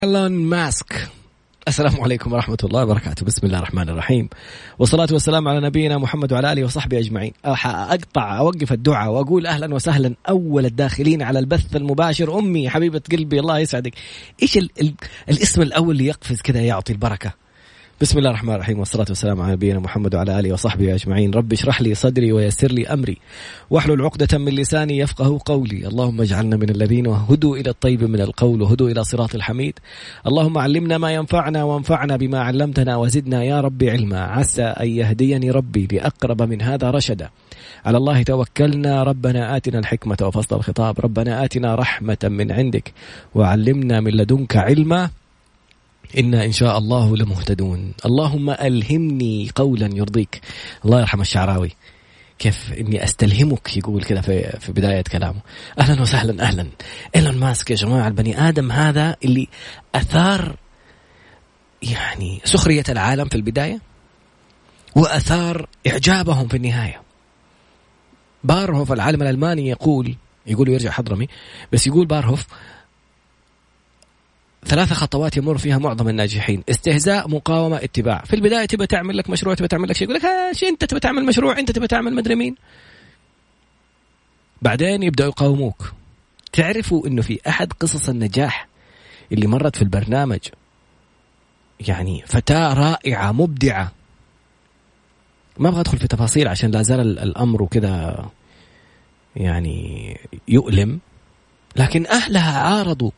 إيلون ماسك. السلام عليكم ورحمة الله وبركاته. بسم الله الرحمن الرحيم، والصلاة والسلام على نبينا محمد وعلى آله وصحبه أجمعين. أوقف الدعاء وأقول أهلا وسهلا أول الداخلين على البث المباشر. أمي حبيبة قلبي الله يسعدك. إيش الاسم الأول اللي يقفز كذا يعطي البركة؟ بسم الله الرحمن الرحيم، والصلاة والسلام على نبينا محمد وعلى آله وصحبه أجمعين. رب اشرح لي صدري ويسر لي أمري واحلل عقدة من لساني يفقه قولي. اللهم اجعلنا من الذين هدوا إلى الطيب من القول وهدوا إلى صراط الحميد. اللهم علمنا ما ينفعنا وانفعنا بما علمتنا وزدنا يا ربي علما. عسى أن يهديني ربي لأقرب من هذا رشدا. على الله توكلنا. ربنا آتنا الحكمة وفصل الخطاب. ربنا آتنا رحمة من عندك وعلمنا من لدنك علما إنا إن شاء الله لمهتدون. اللهم ألهمني قولا يرضيك. الله يرحم الشعراوي كيف إني أستلهمك يقول كذا في بداية كلامه. أهلا وسهلا. أهلا إيلون ماسك يا جماعة، البني آدم هذا اللي أثار يعني سخرية العالم في البداية وأثار إعجابهم في النهاية. بارهوف العالم الألماني يقول يرجع حضرمي بس يقول بارهوف 3 خطوات يمر فيها معظم الناجحين: استهزاء، مقاومة، اتباع. في البداية تبى تعمل لك مشروع، تبى تعمل لك شيء، يقول لك انت تبى تعمل مشروع، انت تبى تعمل مدري مين. بعدين يبدأوا يقاوموك. تعرفوا انه في احد قصص النجاح اللي مرت في البرنامج يعني فتاة رائعة مبدعة، ما ابغى ادخل في تفاصيل عشان لا زال الامر كذا يعني يؤلم، لكن اهلها عارضوا.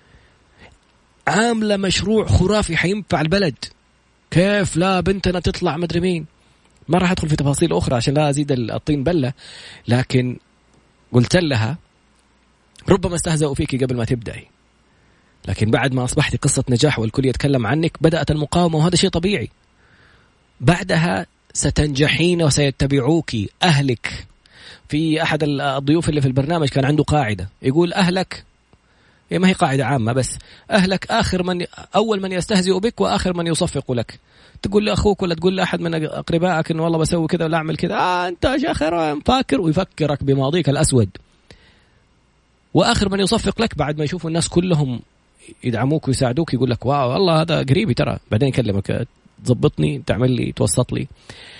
عاملة مشروع خرافي حينفع البلد، كيف لا بنتنا تطلع مدري مين. ما راح أدخل في تفاصيل أخرى عشان لا أزيد الطين بلة، لكن قلت لها ربما استهزأوا فيك قبل ما تبدأي، لكن بعد ما أصبحت قصة نجاح والكل يتكلم عنك بدأت المقاومة، وهذا شيء طبيعي. بعدها ستنجحين وسيتبعوك أهلك. في أحد الضيوف اللي في البرنامج كان عنده قاعدة يقول أهلك، ما هي قاعدة عامة بس، أهلك أول من يستهزئ بك وآخر من يصفق لك. تقول لأخوك ولا تقول لأحد من أقربائك إنه والله بسوي كذا ولا أعمل كذا، أنت آخر فاكر، ويفكرك بماضيك الأسود. وآخر من يصفق لك بعد ما يشوفوا الناس كلهم يدعموك ويساعدوك يقول لك واو والله هذا قريبي ترى، بعدين يكلمك تضبطني تعمل لي توسط لي.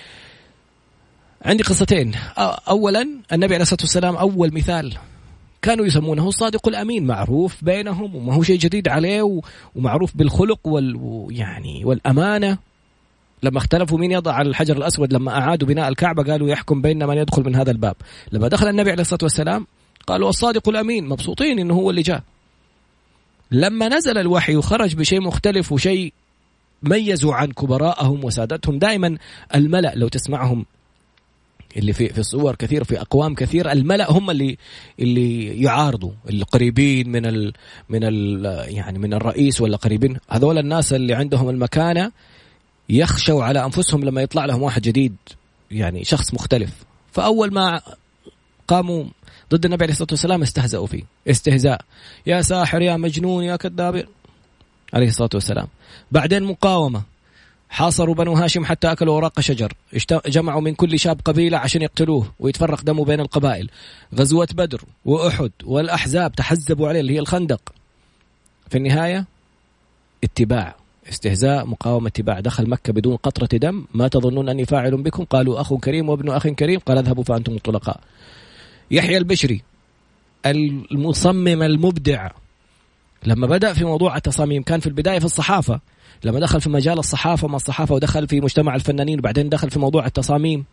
عندي قصتين. أولا النبي عليه الصلاة والسلام أول مثال كانوا يسمونه الصادق الأمين، معروف بينهم وما هو شيء جديد عليه، ومعروف بالخلق يعني والأمانة. لما اختلفوا مين يضع على الحجر الأسود لما أعادوا بناء الكعبة قالوا يحكم بيننا من يدخل من هذا الباب. لما دخل النبي عليه الصلاة والسلام قالوا الصادق الأمين، مبسوطين إنه هو اللي جاء. لما نزل الوحي وخرج بشيء مختلف وشيء ميزوا عن كبراءهم وسادتهم. دائما الملأ لو تسمعهم اللي في الصور كثير في أقوام كثير، الملأ هم اللي يعارضوا، اللي قريبين يعني من الرئيس ولا قريبين. هذول الناس اللي عندهم المكانة يخشوا على أنفسهم لما يطلع لهم واحد جديد يعني شخص مختلف. فأول ما قاموا ضد النبي عليه الصلاة والسلام استهزأوا فيه استهزاء، يا ساحر يا مجنون يا كذاب عليه الصلاة والسلام. بعدين مقاومة، حاصروا بنو هاشم حتى أكلوا أوراق شجر، جمعوا من كل شاب قبيلة عشان يقتلوه ويتفرق دمه بين القبائل. غزوة بدر وأحد والأحزاب تحزبوا عليه اللي هي الخندق. في النهاية اتباع، استهزاء، مقاومة، اتباع. دخل مكة بدون قطرة دم. ما تظنون أني فاعل بكم؟ قالوا أخ كريم وابن أخ كريم. قال اذهبوا فأنتم الطلقاء. يحيى البشري المصمم المبدع لما بدأ في موضوع التصاميم كان في البداية في الصحافة، لما دخل في مجال الصحافة مع الصحافة ودخل في مجتمع الفنانين وبعدين دخل في موضوع التصاميم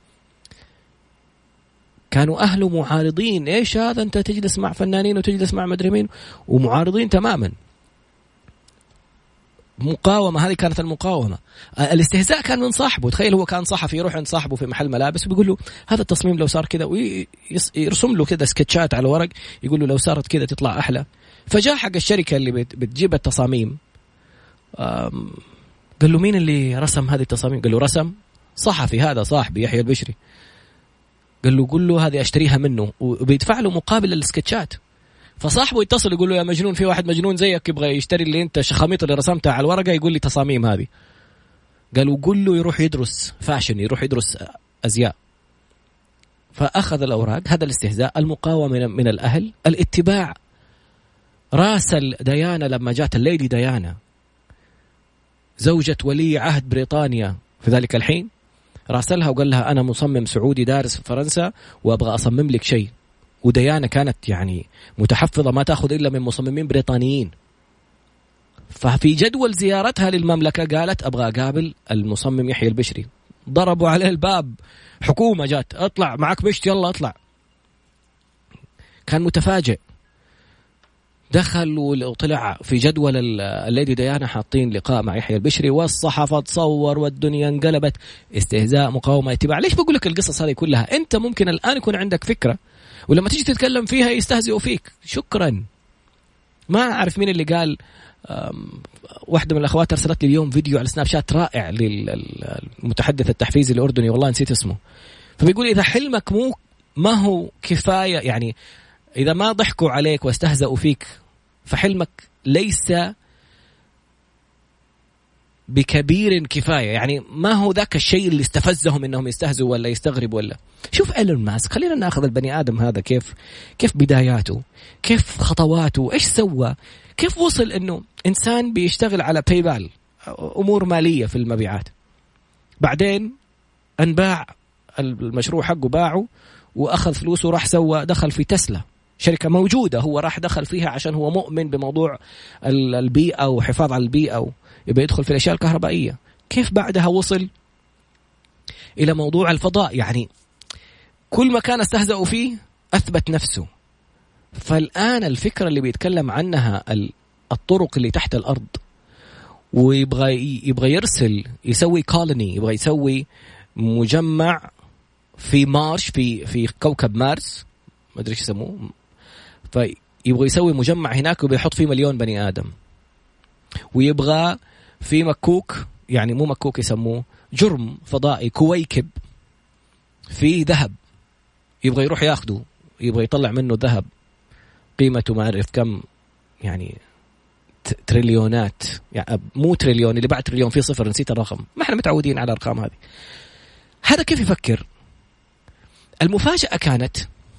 كانوا أهله معارضين. إيش هذا أنت تجلس مع فنانين وتجلس مع مدري مين، ومعارضين تماما. مقاومة، هذه كانت المقاومة. الاستهزاء كان من صاحبه. تخيل هو كان صحفي يروح عند صاحبه في محل ملابس وبيقول له هذا التصميم لو صار كذا، ويرسم له كذا سكتشات على ورق يقول له لو صارت كذا تطلع أحلى. فجاء حق الشركة اللي بتجيب التصاميم قال له مين اللي رسم هذه التصاميم؟ قال له رسم صحفي هذا صاحبي يحيى البشري. قال له قل له هذه اشتريها منه وبيدفع له مقابل السكتشات. فصاحبه يتصل يقول له يا مجنون في واحد مجنون زيك يبغى يشتري اللي انت شخاميط اللي رسمتها على الورقة يقول لي تصاميم هذه. قالوا قل له يروح يدرس فاشن، يروح يدرس أزياء. فأخذ الأوراق. هذا الاستهزاء، المقاومة من الأهل، الاتباع. راسل ديانا لما جات الليدي ديانا زوجة ولي عهد بريطانيا في ذلك الحين، راسلها وقال لها أنا مصمم سعودي دارس في فرنسا وأبغى أصمم لك شيء. وديانا كانت يعني متحفظة، ما تأخذ إلا من مصممين بريطانيين. ففي جدول زيارتها للمملكة قالت أبغى أقابل المصمم يحيى البشري. ضربوا عليه الباب، حكومة جات، اطلع معك بشت، يلا اطلع. كان متفاجئ، دخل وطلع في جدول الليدي ديانا حاطين لقاء مع يحيى البشري، والصحافة تصور والدنيا انقلبت. استهزاء، مقاومة، اتباع. ليش بقول لك القصص هذه كلها؟ انت ممكن الآن يكون عندك فكرة ولما تيجي تتكلم فيها يستهزئوا فيك. شكرا. ما أعرف مين اللي قال، واحدة من الأخوات أرسلت لي اليوم فيديو على سناب شات رائع للمتحدث التحفيزي الأردني، والله نسيت اسمه. فبيقول إذا حلمك ما هو كفاية، يعني إذا ما ضحكوا عليك واستهزأوا فيك فحلمك ليس بكبير كفاية، يعني ما هو ذاك الشيء اللي استفزهم إنهم يستهزوا ولا يستغربوا. ولا شوف إيلون ماسك، خلينا نأخذ البني آدم هذا كيف بداياته، كيف خطواته، إيش سوى، كيف وصل إنه إنسان بيشتغل على بايبال، أمور مالية في المبيعات، بعدين انباع المشروع حقه، باعه وأخذ فلوسه وراح دخل في تسلا، شركة موجودة هو راح دخل فيها عشان هو مؤمن بموضوع البيئة وحفاظ على البيئة يبقى يدخل في الأشياء الكهربائية. كيف بعدها وصل إلى موضوع الفضاء؟ يعني كل ما كان استهزأوا فيه أثبت نفسه. فالآن الفكرة اللي بيتكلم عنها الطرق اللي تحت الأرض، ويبغى يرسل، يسوي كولوني، يبغى يسوي مجمع في مارش، في كوكب مارس، ما أدري إيش يسموه، فيبغى يسوي مجمع هناك وبيحط فيه 1,000,000 بني آدم. ويبغى في مكوك، يعني مو مكوك، يسموه جرم فضائي، كويكب في ذهب، يبغى يروح ياخده، يبغى يطلع منه ذهب قيمته ما أعرف كم، يعني تريليونات، يعني مو تريليون، اللي بعد تريليون في صفر، نسيت الرقم، ما احنا متعودين على الأرقام هذه. هذا كيف يفكر؟ المفاجأة كانت،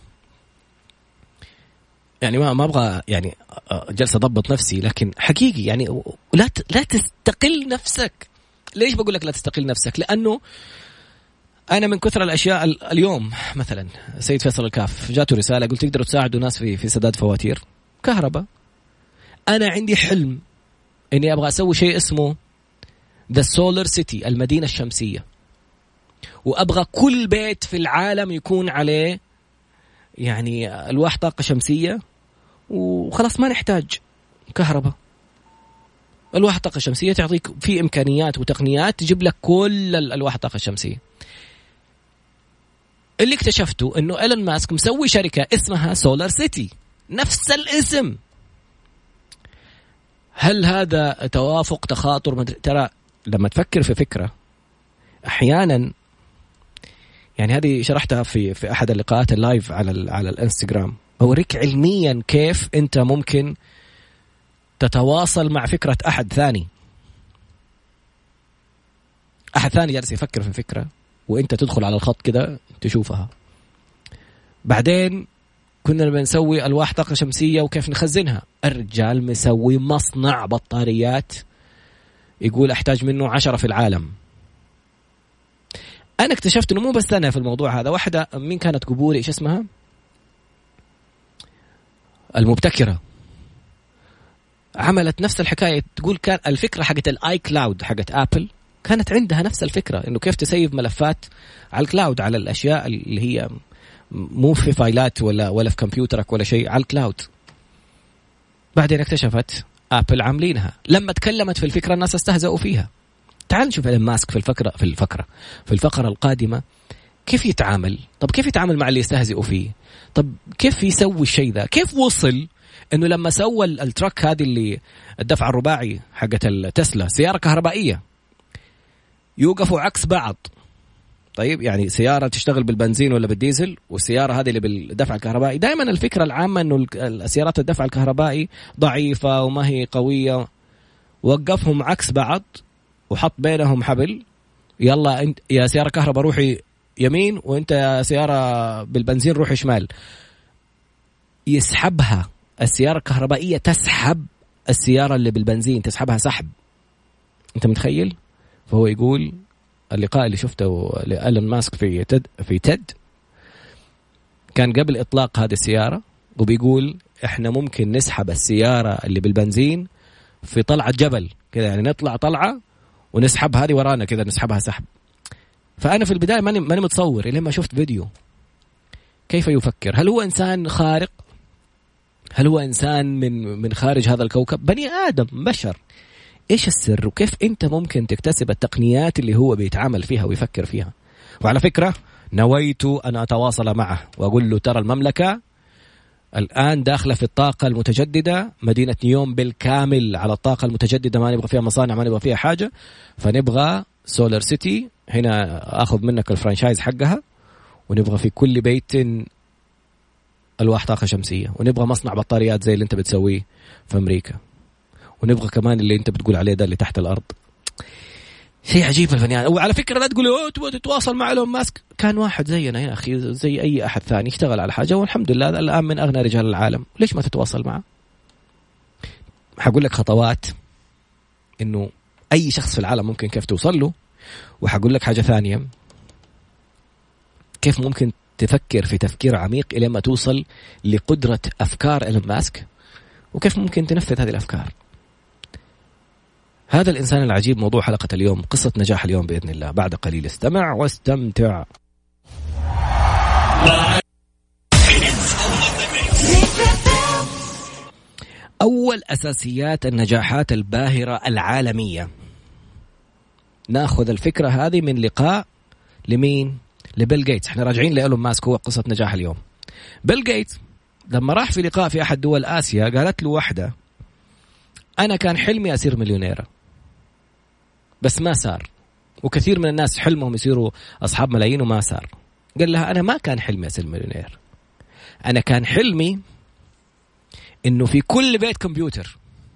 يعني ما أبغى يعني جلسة أضبط نفسي، لكن حقيقي يعني لا تستقل نفسك. ليش بقول لك لا تستقل نفسك؟ لأنه أنا من كثر الأشياء اليوم مثلا سيد فيصل الكاف جاته رسالة، قلت تقدروا تساعدوا ناس في سداد فواتير كهرباء. أنا عندي حلم إني أبغى أسوي شيء اسمه The Solar City، المدينة الشمسية، وأبغى كل بيت في العالم يكون عليه يعني ألواح طاقة شمسية، وخلاص ما نحتاج كهرباء. ألواح طاقة شمسية تعطيك في إمكانيات وتقنيات تجيب لك كل الألواح الطاقة الشمسية. اللي اكتشفته إنه إيلون ماسك مسوي شركة اسمها سولار سيتي، نفس الاسم. هل هذا توافق، تخاطر؟ ترى لما تفكر في فكرة أحيانا، يعني هذه شرحتها في أحد اللقاءات اللايف على الانستغرام، أوريك علميا كيف أنت ممكن تتواصل مع فكرة أحد ثاني جالس يفكر في فكرة، وأنت تدخل على الخط كده تشوفها. بعدين كنا بنسوي ألواح طاقة شمسية وكيف نخزنها. الرجال مسوي مصنع بطاريات يقول أحتاج منه 10 في العالم. أنا اكتشفت إنه مو بس أنا في الموضوع هذا، واحدة مين كانت قبوري، إيش اسمها، المبتكرة، عملت نفس الحكاية. تقول كان الفكرة حقت الآي كلاود حقت آبل كانت عندها نفس الفكرة، إنه كيف تسيف ملفات على الكلاود، على الأشياء اللي هي مو في فايلات ولا في كمبيوترك ولا شيء، على الكلاود. بعدين اكتشفت آبل عاملينها. لما تكلمت في الفكرة الناس استهزأوا فيها. تعال نشوف إيلون ماسك في الفقرة القادمة كيف يتعامل. طب كيف يتعامل مع اللي يستهزئوا فيه؟ طب كيف يسوي الشيء ذا؟ كيف وصل إنه لما سوى التراك هذه اللي الدفع الرباعي حقت التسلا، سيارة كهربائية، يوقفوا عكس بعض. طيب يعني سيارة تشتغل بالبنزين ولا بالديزل، والسيارة هذه اللي بالدفع الكهربائي. دائما الفكرة العامة إنه السيارات الدفع الكهربائي ضعيفة وما هي قوية، وقفهم عكس بعض وحط بينهم حبل، يلا انت يا سيارة كهرباء روحي يمين، وانت يا سيارة بالبنزين روحي شمال. يسحبها السيارة الكهربائية تسحب السيارة اللي بالبنزين، تسحبها سحب. أنت متخيل؟ فهو يقول اللقاء اللي شفته لإيلون ماسك في تيد كان قبل إطلاق هذه السيارة، وبيقول إحنا ممكن نسحب السيارة اللي بالبنزين في طلعة جبل كذا، يعني نطلع طلعة ونسحب هذه ورانا كذا، نسحبها سحب. فأنا في البداية ماني متصور إلا ما شفت فيديو كيف يفكر. هل هو إنسان خارق؟ هل هو إنسان من خارج هذا الكوكب؟ بني آدم، بشر. إيش السر؟ وكيف أنت ممكن تكتسب التقنيات اللي هو بيتعامل فيها ويفكر فيها؟ وعلى فكرة نويت أن أتواصل معه وأقول له ترى المملكة الآن داخلة في الطاقة المتجددة، مدينة نيوم بالكامل على الطاقة المتجددة، ما نبغى فيها مصانع، ما نبغى فيها حاجة، فنبغى سولار سيتي هنا أخذ منك الفرانشايز حقها، ونبغى في كل بيت ألواح طاقة شمسية، ونبغى مصنع بطاريات زي اللي أنت بتسويه في أمريكا، ونبغى كمان اللي أنت بتقول عليه ده اللي تحت الأرض. شيء عجيب البني آدم. وعلى فكرة لا تقولي تبغى تتواصل مع إيلون ماسك، كان واحد زينا يا أخي، زي أي أحد ثاني يشتغل على حاجة، والحمد لله الآن من أغنى رجال العالم. ليش ما تتواصل معه؟ حقول لك خطوات إنه أي شخص في العالم ممكن كيف توصل له، وحقول لك حاجة ثانية، كيف ممكن تفكر في تفكير عميق إلى ما توصل لقدرة أفكار إيلون ماسك، وكيف ممكن تنفذ هذه الأفكار. هذا الإنسان العجيب موضوع حلقة اليوم، قصة نجاح اليوم بإذن الله. بعد قليل استمع واستمتع. أول أساسيات النجاحات الباهرة العالمية. نأخذ الفكرة هذه من لقاء لمين؟ لبيل جيتس. احنا راجعين لإيلون ماسك، هو قصة نجاح اليوم. بيل جيتس لما راح في لقاء في أحد دول آسيا قالت له واحدة أنا كان حلمي أصير مليونيرة بس ما صار، وكثير من الناس حلمهم يصيروا أصحاب ملايين وما صار. قال لها أنا ما كان حلمي أصير مليونير، أنا كان حلمي إنه في كل بيت كمبيوتر.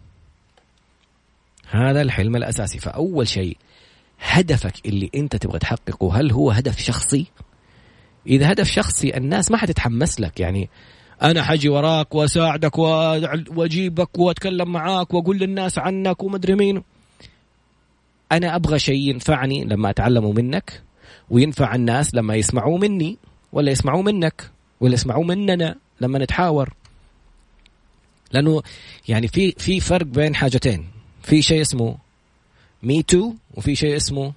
هذا الحلم الأساسي. فأول شيء هدفك اللي أنت تبغى تحققه، هل هو هدف شخصي؟ إذا هدف شخصي الناس ما حتتحمس لك، يعني أنا حجي وراك وأساعدك وأجيبك وأتكلم معاك وأقول للناس عنك ومدري مين. أنا أبغى شيء ينفعني لما أتعلمه منك، وينفع الناس لما يسمعوا مني، ولا يسمعوا منك، ولا يسمعوا مننا لما نتحاور. لأنه يعني في فرق بين حاجتين، في شيء اسمه مي تو، وفي شيء اسمه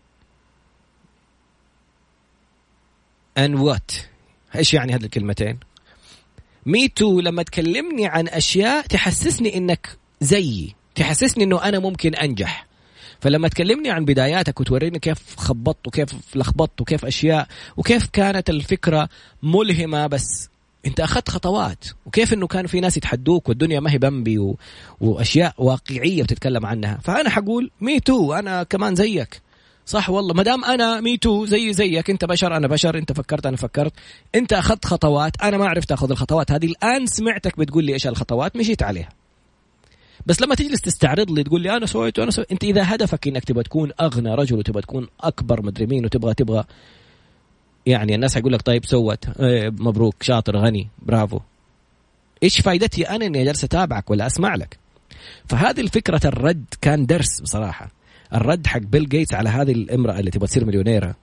and what. إيش يعني هذه الكلمتين؟ مي تو لما تكلمني عن أشياء تحسسني إنك زيي، تحسسني إنه أنا ممكن أنجح. فلما تكلمني عن بداياتك وتوريني كيف خبطت وكيف لخبطت وكيف أشياء وكيف كانت الفكرة ملهمة بس أنت أخذت خطوات، وكيف إنه كان في ناس يتحدوك والدنيا ما هي بمبي وأشياء واقعية بتتكلم عنها. فأنا حقول مي تو، أنا كمان زيك. صح والله، مدام أنا مي تو زيك، أنت بشر أنا بشر، أنت فكرت أنا فكرت، أنت أخذت خطوات أنا ما عرفت أخذ الخطوات هذه. الآن سمعتك بتقول لي إيش الخطوات، مشيت عليها. بس لما تجلس تستعرض لي تقول لي أنا سويت وأنا سويت، أنت إذا هدفك إنك تبغى تكون أغنى رجل وتبغى تكون أكبر مدري مين وتبغى يعني الناس هيقول لك طيب سوت مبروك شاطر غني برافو، إيش فايدتي أنا إني جالس أتابعك ولا أسمع لك؟ فهذه الفكرة الرد كان درس بصراحة، الرد حق بيل جيتس على هذه الامرأة اللي تبغى تصير مليونيرة.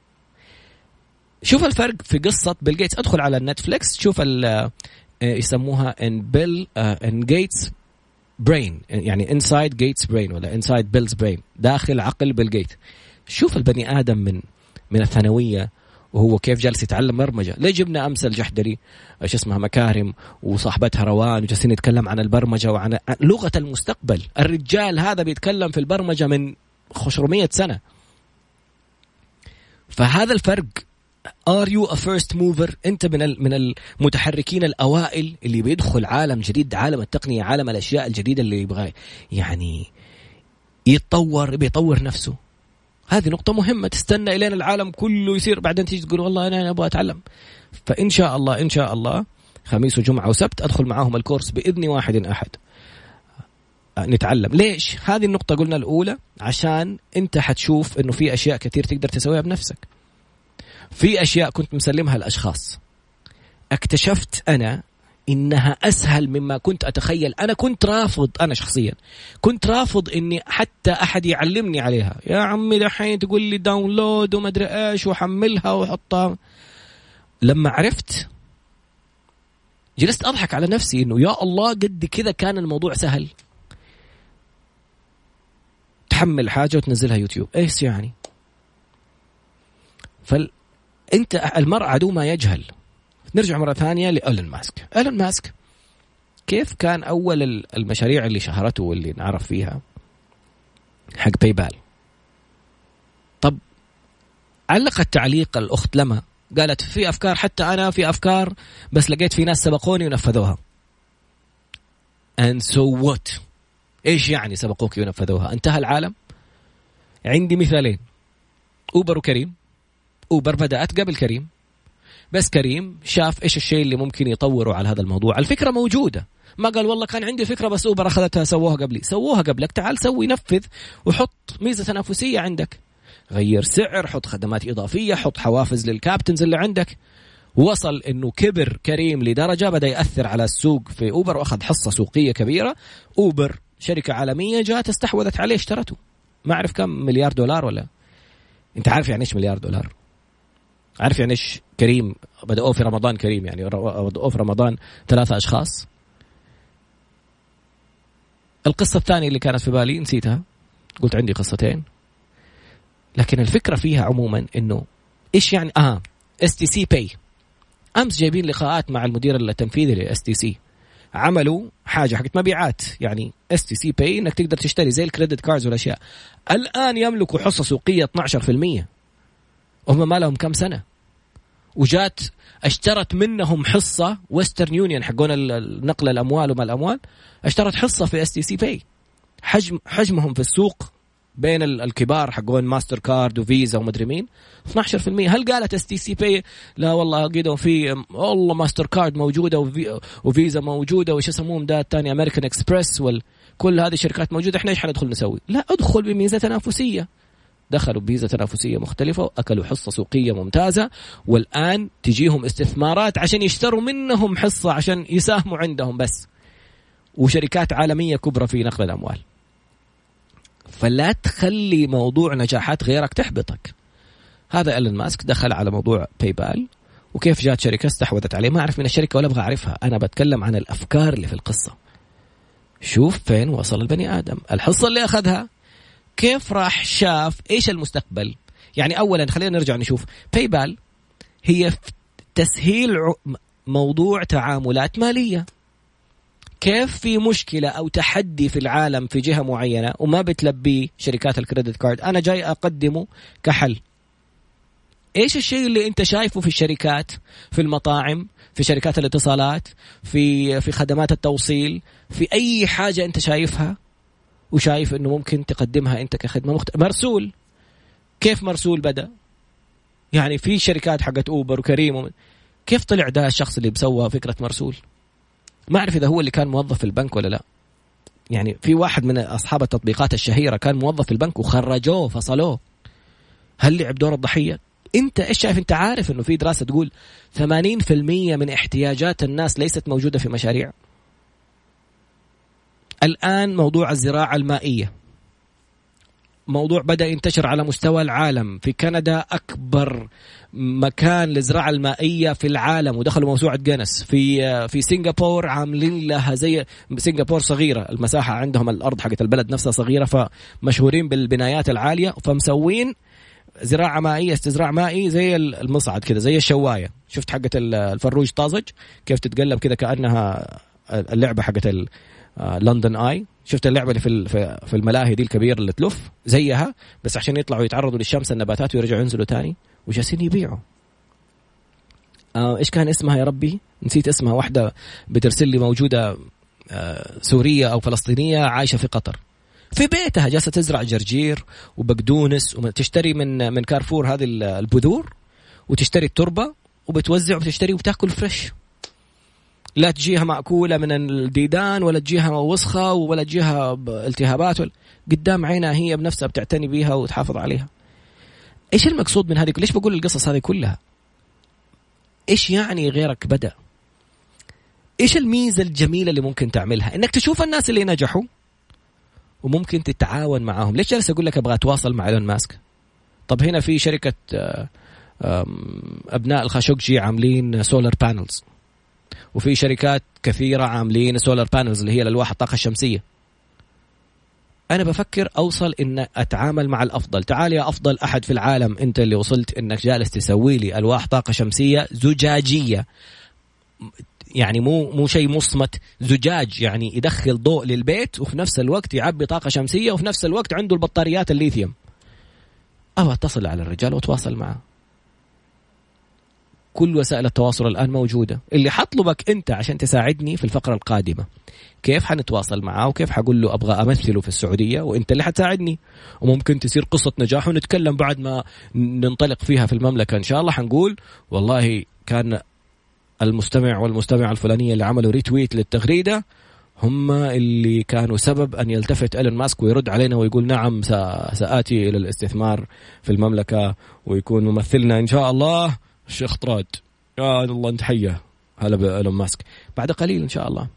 شوف الفرق في قصة بيل جيتس، ادخل على النتفليكس شوف يسموها ان جيتس برين، يعني انسايد جيتس برين ولا انسايد بيلز برين، داخل عقل بيل جيت. شوف البني آدم من الثانوية وهو كيف جالس يتعلم برمجة. ليه جبنا أمس الجحدري ايش اسمها مكارم وصاحبتها روان وجالسين نتكلم عن البرمجة وعن لغة المستقبل. الرجال هذا بيتكلم في البرمجة من 500 سنة. فهذا الفرق. Are you a first mover؟ أنت من المتحركين الأوائل اللي بيدخل عالم جديد، عالم التقنية، عالم الأشياء الجديدة اللي يبغى يعني يتطور، بيطور نفسه. هذه نقطة مهمة. تستنى إلين العالم كله يصير بعدين تيجي تقول والله أنا أبغى أتعلم. فإن شاء الله إن شاء الله خميس وجمعة وسبت أدخل معاهم الكورس بإذن واحد أحد نتعلم. ليش؟ هذه النقطة قلنا الأولى عشان أنت حتشوف إنه في أشياء كثير تقدر تسويها بنفسك. في أشياء كنت مسلمها لأشخاص، اكتشفت أنا إنها أسهل مما كنت أتخيل. أنا كنت رافض، أنا شخصيا كنت رافض إني حتى أحد يعلمني عليها. يا عمي دحين تقول لي داونلود وما أدري إيش وحملها وحطها. لما عرفت جلست أضحك على نفسي إنه يا الله قد كذا كان الموضوع سهل. تحمل حاجة وتنزلها يوتيوب، إيش يعني؟ فأنت المرء عدو ما يجهل. نرجع مرة ثانية لإيلون ماسك. إيلون ماسك كيف كان أول المشاريع اللي شهرته واللي نعرف فيها حق باي بال. طب علقت تعليق الأخت لما قالت في أفكار، حتى أنا في أفكار بس لقيت في ناس سبقوني ونفذوها. and so what؟ إيش يعني سبقوك ونفذوها؟ انتهى العالم؟ عندي مثالين، أوبر وكريم. أوبر بدأت قبل كريم، بس كريم شاف إيش الشيء اللي ممكن يطوروا على هذا الموضوع. الفكرة موجودة، ما قال والله كان عندي فكرة بس أوبر أخذتها سووها قبلي. سووها قبلك، تعال سوي، نفذ وحط ميزة تنافسية عندك، غير سعر، حط خدمات إضافية، حط حوافز للكابتنز اللي عندك. وصل إنه كبر كريم لدرجة بدأ يأثر على السوق في أوبر وأخذ حصة سوقية كبيرة. أوبر شركة عالمية جاءت استحوذت عليه، اشترته ما أعرف كم مليار دولار. ولا أنت عارف يعني إيش مليار دولار؟ عارف يعني إيش كريم بدأوا في رمضان؟ كريم يعني بدأوا في رمضان 3 أشخاص. القصة الثانية اللي كانت في بالي نسيتها، قلت عندي قصتين، لكن الفكرة فيها عموما إنه إيش يعني STC Pay. أمس جايبين لقاءات مع المدير التنفيذي ل STC، عملوا حاجة حقت مبيعات، يعني STC Pay إنك تقدر تشتري زي الكريدت كاردز والأشياء. الآن يملكوا حصة سوقية 12%. هم ما لهم كم سنة، وجات اشترت منهم حصة ويسترن يونيون حقون النقل الأموال وما الأموال، اشترت حصة في STC Pay. حجمهم في السوق بين الكبار حقون ماستر كارد وفيزا ومدري مين 12%. هل قالت STC Pay لا والله قيدوا في والله ماستر كارد موجودة وفيزا موجودة وش يسموهم ده الثاني أمريكان إكسبرس وكل هذه الشركات موجودة، إحنا إيش حندخل نسوي؟ لا، أدخل بميزة تنافسية. دخلوا بميزة تنافسية مختلفة وأكلوا حصة سوقية ممتازة، والآن تجيهم استثمارات عشان يشتروا منهم حصة عشان يساهموا عندهم بس، وشركات عالمية كبرى في نقل الأموال. فلا تخلي موضوع نجاحات غيرك تحبطك. هذا إيلون ماسك دخل على موضوع باي بال، وكيف جات شركة استحوذت عليه. ما أعرف من الشركة ولا أبغى أعرفها، أنا بتكلم عن الأفكار اللي في القصة. شوف فين وصل البني آدم، الحصة اللي أخذها كيف راح شاف إيش المستقبل. يعني أولا خلينا نرجع نشوف باي بال هي تسهيل موضوع تعاملات مالية. كيف في مشكلة أو تحدي في العالم في جهة معينة وما بتلبي شركات الكريدت كارد، أنا جاي أقدمه كحل. إيش الشيء اللي أنت شايفه في الشركات، في المطاعم، في شركات الاتصالات، في خدمات التوصيل، في أي حاجة أنت شايفها وشايف أنه ممكن تقدمها أنت كخدمة مرسول. كيف مرسول بدأ؟ يعني في شركات حقت أوبر وكريم كيف طلع ده الشخص اللي بسوى فكرة مرسول؟ ما أعرف إذا هو اللي كان موظف في البنك ولا لا. يعني في واحد من أصحاب التطبيقات الشهيرة كان موظف في البنك وخرجوه فصلوه. هل لعب دور الضحية؟ أنت إيش شايف؟ أنت عارف إنه في دراسة تقول 80% من احتياجات الناس ليست موجودة في مشاريع. الآن موضوع الزراعة المائية موضوع بدأ ينتشر على مستوى العالم. في كندا أكبر مكان للزراعة المائية في العالم، ودخلوا موسوعة جينيس. في سنغافورة عاملين لها زي سنغافورة صغيرة، المساحة عندهم الأرض حقت البلد نفسها صغيرة، فمشهورين بالبنايات العالية، فمسوين زراعة مائية، استزراع مائي زي المصعد كده، زي الشواية. شفت حقت الفروج طازج كيف تتقلب كده كأنها اللعبة حقت لندن آي؟ شفت اللعبة اللي في الملاهي دي الكبيرة اللي تلف زيها، بس عشان يطلعوا يتعرضوا للشمس النباتات ويرجعوا ينزلوا تاني، وجالسين يبيعوا. إيش كان اسمها يا ربي؟ نسيت اسمها. واحدة بترسل لي موجودة سورية أو فلسطينية عايشة في قطر، في بيتها جالسة تزرع جرجير وبقدونس، وتشتري من كارفور هذه البذور، وتشتري التربة وبتوزع وبتشتري وبتاكل فريش. لا تجيها مأكولة من الديدان ولا تجيها وسخة ولا تجيها التهابات قدام عينها، هي بنفسها بتعتني بيها وتحافظ عليها. إيش المقصود من هذه؟ ليش بقول القصص هذه كلها؟ إيش يعني غيرك بدأ؟ إيش الميزة الجميلة اللي ممكن تعملها؟ إنك تشوف الناس اللي نجحوا وممكن تتعاون معهم. ليش جالس أقول لك أبغى أتواصل مع إيلون ماسك؟ طب هنا في شركة أبناء الخاشقجي عاملين سولار بانلز، وفي شركات كثيرة عاملين سولار بانلز اللي هي الألواح الطاقة الشمسية. أنا بفكر أوصل إن أتعامل مع الأفضل. تعال يا أفضل أحد في العالم، أنت اللي وصلت إنك جالس تسوي لي ألواح طاقة شمسية زجاجية، يعني مو شيء مصمت، زجاج يعني يدخل ضوء للبيت وفي نفس الوقت يعبي طاقة شمسية وفي نفس الوقت عنده البطاريات الليثيوم. أتصل على الرجال وتواصل معه. كل وسائل التواصل الآن موجودة. اللي حطلبك أنت عشان تساعدني في الفقرة القادمة كيف حنتواصل معه وكيف حقول له أبغى أمثله في السعودية وأنت اللي حتساعدني، وممكن تصير قصة نجاح ونتكلم بعد ما ننطلق فيها في المملكة إن شاء الله. حنقول والله كان المستمع والمستمعة الفلانية اللي عملوا ريتويت للتغريدة هم اللي كانوا سبب أن يلتفت إيلون ماسك ويرد علينا ويقول نعم سآتي إلى الاستثمار في المملكة، ويكون ممثلنا إن شاء الله الشيخ طراد. يا الله أنت حية هلا بإيلون ماسك بعد قليل إن شاء الله.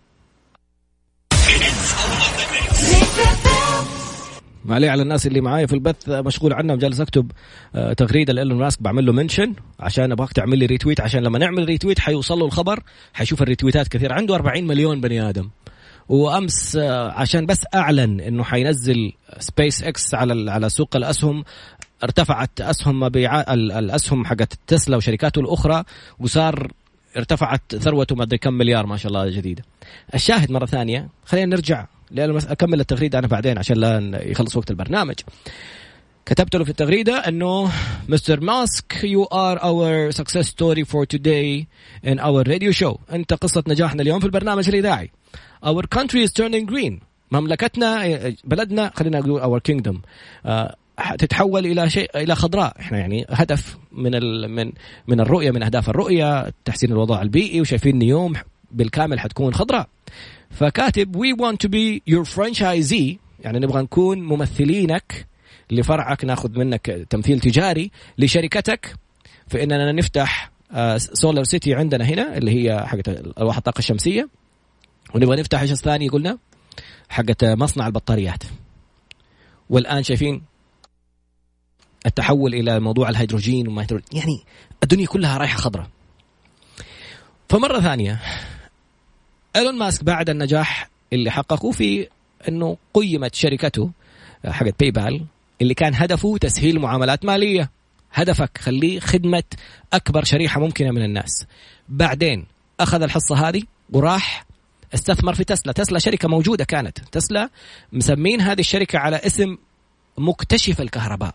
معلي على الناس اللي معايا في البث مشغول عنهم، جالس أكتب تغريدة لإيلون ماسك بعمل له منشن عشان أبغاك تعمل لي ريتويت، عشان لما نعمل ريتويت حيوصل له الخبر، حيشوف الريتويتات كثير. عنده 40 مليون بني آدم. وأمس عشان بس أعلن إنه حينزل سبيس إكس على سوق الأسهم، ارتفعت أسهم مبيعات الأسهم حقت تسلا وشركاته الأخرى، وصار ارتفعت ثروته ما أدري كم مليار ما شاء الله جديدة. الشاهد مرة ثانية، خلينا نرجع أكمل التغريدة أنا بعدين عشان لا يخلص وقت البرنامج. كتبت له في التغريدة أنه Mr. Musk you are our success story for today in our radio show. أنت قصة نجاحنا اليوم في البرنامج الإذاعي. Our country is turning green. مملكتنا بلدنا خلينا نقول our kingdom تتحول إلى شيء إلى خضراء. إحنا يعني هدف من الرؤية، من أهداف الرؤية تحسين الوضع البيئي، وشايفين نيوم بالكامل حتكون خضراء. فكاتب we want to be your franchisee، يعني نبغى نكون ممثلينك لفرعك، ناخذ منك تمثيل تجاري لشركتك في إننا نفتح سولار سيتي عندنا هنا اللي هي حقت ألواح الطاقة الشمسية، ونبغى نفتح إيش الثاني قلنا حقت مصنع البطاريات. والآن شايفين التحول إلى موضوع الهيدروجين يعني الدنيا كلها رايحة خضرة. فمرة ثانية إيلون ماسك بعد النجاح اللي حققه في أنه قيمت شركته حقت باي بال اللي كان هدفه تسهيل معاملات مالية، هدفك خليه خدمة أكبر شريحة ممكنة من الناس. بعدين أخذ الحصة هذه وراح استثمر في تسلا شركة موجودة كانت، تسلا مسمين هذه الشركة على اسم مكتشف الكهرباء.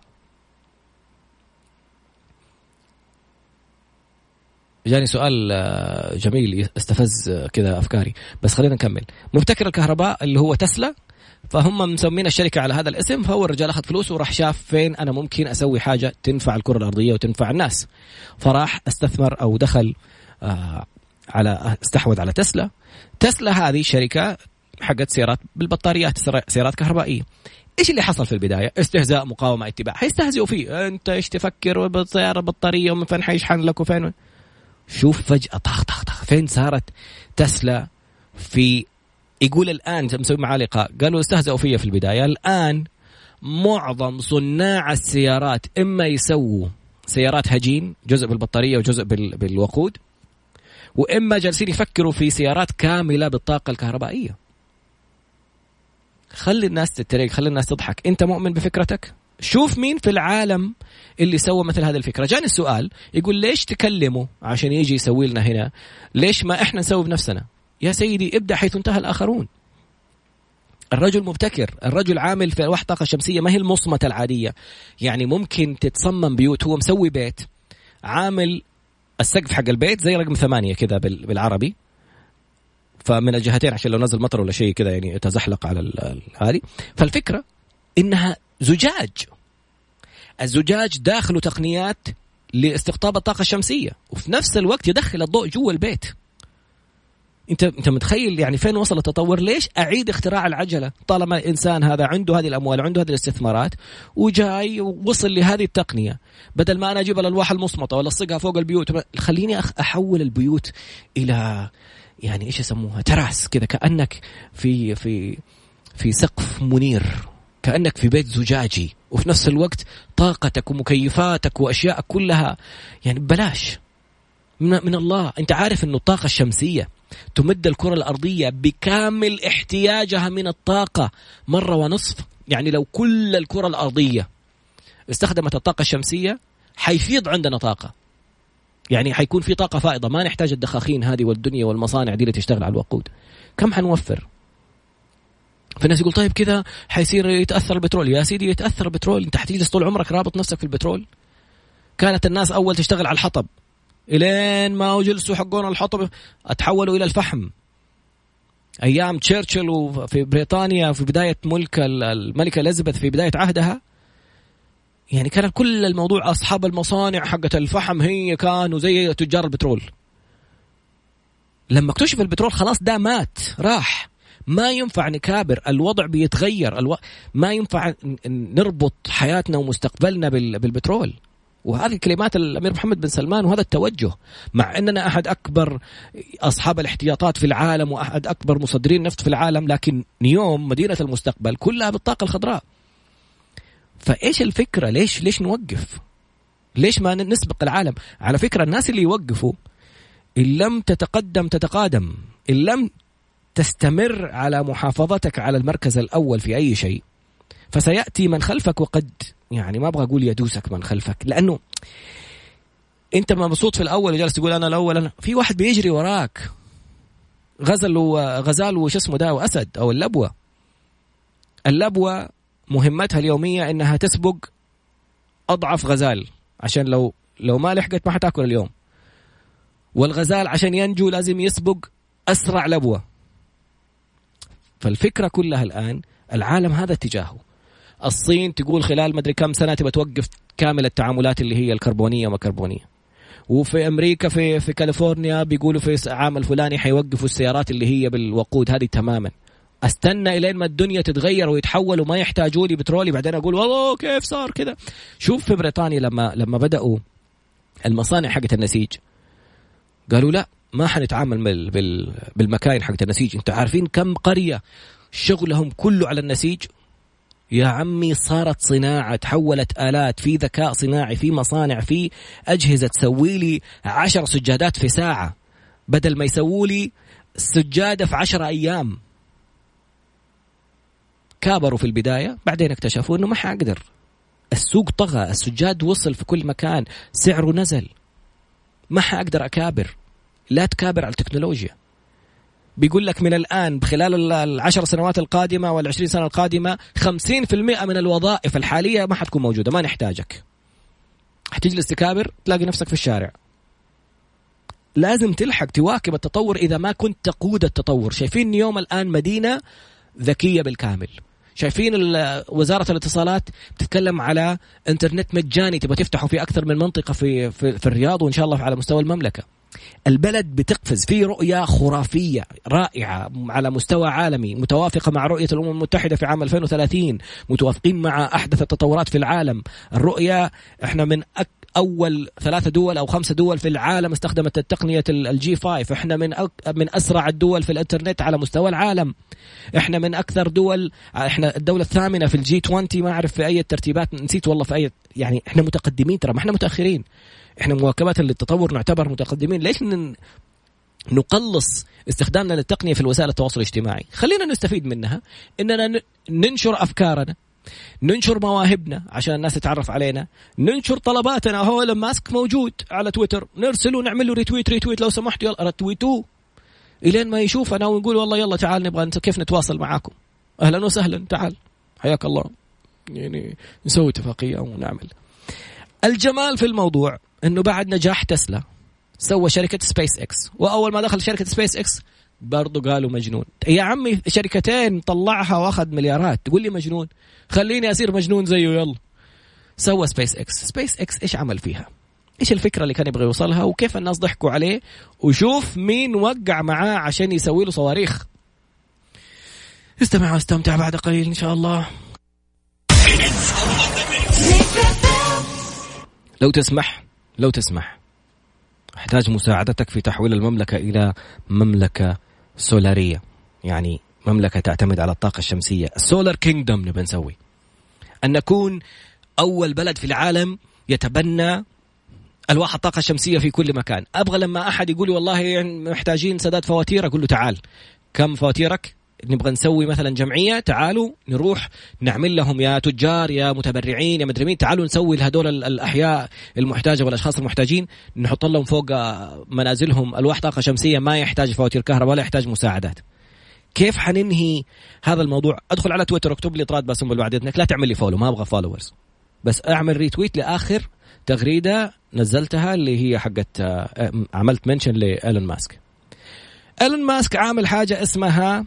جاني سؤال جميل استفز كذا أفكاري، بس خلينا نكمل. مبتكر الكهرباء اللي هو تسلا، فهم مسمين الشركة على هذا الاسم. فهو الرجال أخذ فلوس وراح شاف فين أنا ممكن أسوي حاجة تنفع الكرة الأرضية وتنفع الناس، فراح استثمر أو دخل استحوذ على تسلا هذه شركة حقت سيارات بالبطاريات، سيارات كهربائية. إيش اللي حصل في البداية؟ استهزاء، مقاومة، اتباع. هيستهزئوا فيه، أنت إيش تفكر بالسيارة بطارية ومن فين حيشحن لك وفين. شوف فجأة طخ فين صارت تسلا. في يقول الآن مسوي معاه لقاء، قالوا استهزئوا فيه في البداية. الآن معظم صناع السيارات إما يسووا سيارات هجين، جزء بالبطارية وجزء بالوقود، وإما جالسين يفكروا في سيارات كاملة بالطاقة الكهربائية. خلي الناس تتريق، خلي الناس تضحك. أنت مؤمن بفكرتك؟ شوف مين في العالم اللي سوى مثل هذه الفكرة. جاني السؤال يقول ليش تكلموا عشان يجي يسوي لنا هنا، ليش ما إحنا نسوي بنفسنا؟ يا سيدي ابدأ حيث انتهى الآخرون. الرجل مبتكر، الرجل عامل في ألواح طاقة شمسية ما هي المصمتة العادية، يعني ممكن تتصمم بيوت. هو مسوي بيت، عامل السقف حق البيت زي رقم 8 كذا بالعربي، فمن الجهتين عشان لو نزل مطر ولا شيء كذا يعني يتزحلق على هذه. فالفكرة إنها زجاج، الزجاج داخله تقنيات لاستقطاب الطاقة الشمسية وفي نفس الوقت يدخل الضوء جوا البيت. انت متخيل يعني فين وصل التطور؟ ليش اعيد اختراع العجله طالما الانسان هذا عنده هذه الاموال، عنده هذه الاستثمارات، وجاي ووصل لهذه التقنيه، بدل ما انا اجيب الالواح المصمته ولا اصقها فوق البيوت، خليني احول البيوت الى يعني إيش يسموها تراس كذا، كأنك في سقف منير، كأنك في بيت زجاجي، وفي نفس الوقت طاقتك ومكيفاتك وأشياء كلها يعني ببلاش من الله. أنت عارف أنه الطاقة الشمسية تمد الكرة الأرضية بكامل احتياجها من الطاقة 1.5 مرة. يعني لو كل الكرة الأرضية استخدمت الطاقة الشمسية حيفيض عندنا طاقة، يعني حيكون في طاقة فائضة، ما نحتاج الدخاخين هذه والدنيا والمصانع دي اللي تشتغل على الوقود. كم حنوفر؟ فالناس يقول طيب كذا حيصير يتأثر البترول. يا سيدي يتأثر البترول، انت حتجلس طول عمرك رابط نفسك في البترول. كانت الناس أول تشتغل على الحطب، إلين ما جلسوا حقون الحطب اتحولوا إلى الفحم. أيام تشرشل وفي بريطانيا في بداية ملك الملكة إليزابيث في بداية عهدها، يعني كان كل الموضوع أصحاب المصانع حقة الفحم هي كانوا زي تجار البترول. لما اكتشف البترول خلاص ده مات راح، ما ينفع نكابر، الوضع بيتغير، ما ينفع نربط حياتنا ومستقبلنا بالبترول. وهذه كلمات الأمير محمد بن سلمان، وهذا التوجه، مع أننا أحد أكبر أصحاب الاحتياطات في العالم وأحد أكبر مصدرين النفط في العالم، لكن نيوم مدينة المستقبل كلها بالطاقة الخضراء. فإيش الفكرة؟ ليش نوقف؟ ليش ما نسبق العالم؟ على فكرة الناس اللي يوقفوا إن لم تتقدم تتقادم، إن لم تستمر على محافظتك على المركز الأول في أي شيء، فسيأتي من خلفك، وقد يعني ما أبغى أقول يدوسك من خلفك، لأنه أنت مبسوط في الأول وجالس تقول أنا الأول، أنا في واحد بيجري وراك، غزال وش اسمه ده وأسد أو اللبوة مهمتها اليومية إنها تسبق أضعف غزال، عشان لو ما لحقت ما حتاكل اليوم. والغزال عشان ينجو لازم يسبق أسرع لبوة. فالفكرة كلها الآن العالم هذا اتجاهه. الصين تقول خلال مدري كم سنة تبى توقف كامل التعاملات اللي هي الكربونية وما كربونية. وفي أمريكا في كاليفورنيا بيقولوا في عام الفلاني حيوقفوا السيارات اللي هي بالوقود هذه تماما. استنى إلين ما الدنيا تتغير ويتحول وما يحتاجوا لي بترولي، بعدين أقول والله كيف صار كذا. شوف في بريطانيا لما بدأوا المصانع حقت النسيج قالوا لا ما حنتعامل بالمكاين حقت النسيج. انتوا عارفين كم قرية شغلهم كله على النسيج؟ يا عمي صارت صناعة، تحولت آلات، في ذكاء صناعي، في مصانع، في أجهزة تسوي لي 10 سجادات في ساعة بدل ما يسووا لي سجادة في 10 أيام. كابروا في البداية، بعدين اكتشفوا أنه ما حقدر، السوق طغى، السجاد وصل في كل مكان، سعره نزل، ما حقدر أكابر. لا تكابر على التكنولوجيا. بيقول لك من الآن بخلال 10 سنوات القادمة وال20 سنة القادمة 50% من الوظائف الحالية ما حتكون موجودة، ما نحتاجك. حتجلس تكابر تلاقي نفسك في الشارع. لازم تلحق تواكب التطور إذا ما كنت تقود التطور. شايفين يوم الآن مدينة ذكية بالكامل، شايفين وزارة الاتصالات بتتكلم على انترنت مجاني تبغى تفتحوا في أكثر من منطقة في الرياض وإن شاء الله على مستوى المملكة. البلد بتقفز في رؤية خرافية رائعة على مستوى عالمي، متوافقة مع رؤية الأمم المتحدة في عام 2030، متوافقين مع أحدث التطورات في العالم. الرؤية احنا من أول 3 دول أو 5 دول في العالم استخدمت التقنية الG5. احنا من أسرع الدول في الانترنت على مستوى العالم. احنا من أكثر دول، احنا الدولة الثامنة في الG20، ما أعرف في أي الترتيبات، نسيت والله في أي، يعني احنا متقدمين ترى، ما احنا متأخرين. احنا مواكبة للتطور نعتبر متقدمين. ليش نقلص استخدامنا للتقنية في وسائل التواصل الاجتماعي؟ خلينا نستفيد منها، اننا ننشر افكارنا، ننشر مواهبنا عشان الناس تتعرف علينا، ننشر طلباتنا. هو لما ماسك موجود على تويتر نرسله، نعمل له ريتويت لو سمحت، يلا رتويتوه الين ما يشوفنا ونقول والله يلا تعال نبغى كيف نتواصل معاكم، اهلا وسهلا، تعال حياك الله، يعني نسوي اتفاقية ونعمل. الجمال في الموضوع انه بعد نجاح تسلا سوى شركة سبيس اكس، واول ما دخل شركة سبيس اكس برضو قالوا مجنون. يا عمي شركتين طلعها واخذ مليارات، تقول لي مجنون؟ خليني أصير مجنون زيه، يلا. سوى سبيس اكس ايش عمل فيها؟ ايش الفكرة اللي كان يبغى يوصلها؟ وكيف الناس ضحكوا عليه؟ وشوف مين وقع معاه عشان يسوي له صواريخ. استمع واستمتع بعد قليل ان شاء الله. لو تسمح أحتاج مساعدتك في تحويل المملكة إلى مملكة سولارية، يعني مملكة تعتمد على الطاقة الشمسية. السولار كينجدوم نبي نسوي، أن نكون أول بلد في العالم يتبنى ألواح الطاقة الشمسية في كل مكان. أبغى لما أحد يقول والله محتاجين سداد فواتير، أقول له تعال كم فواتيرك؟ نبغى نسوي مثلا جمعية، تعالوا نروح نعمل لهم يا تجار يا متبرعين يا مدري مين، تعالوا نسوي لهدول الأحياء المحتاجة والأشخاص المحتاجين، نحط لهم فوق منازلهم ألواح طاقة شمسية، ما يحتاج فواتير كهرباء ولا يحتاج مساعدات. كيف حننهي هذا الموضوع؟ أدخل على تويتر اكتب لي طراد باسم بالوعدتك، لا تعمل لي فولو، ما أبغى فولورز، بس أعمل ريتويت لآخر تغريدة نزلتها اللي هي حقت عملت منشن لإيلون ماسك. إيلون ماسك عامل حاجة اسمها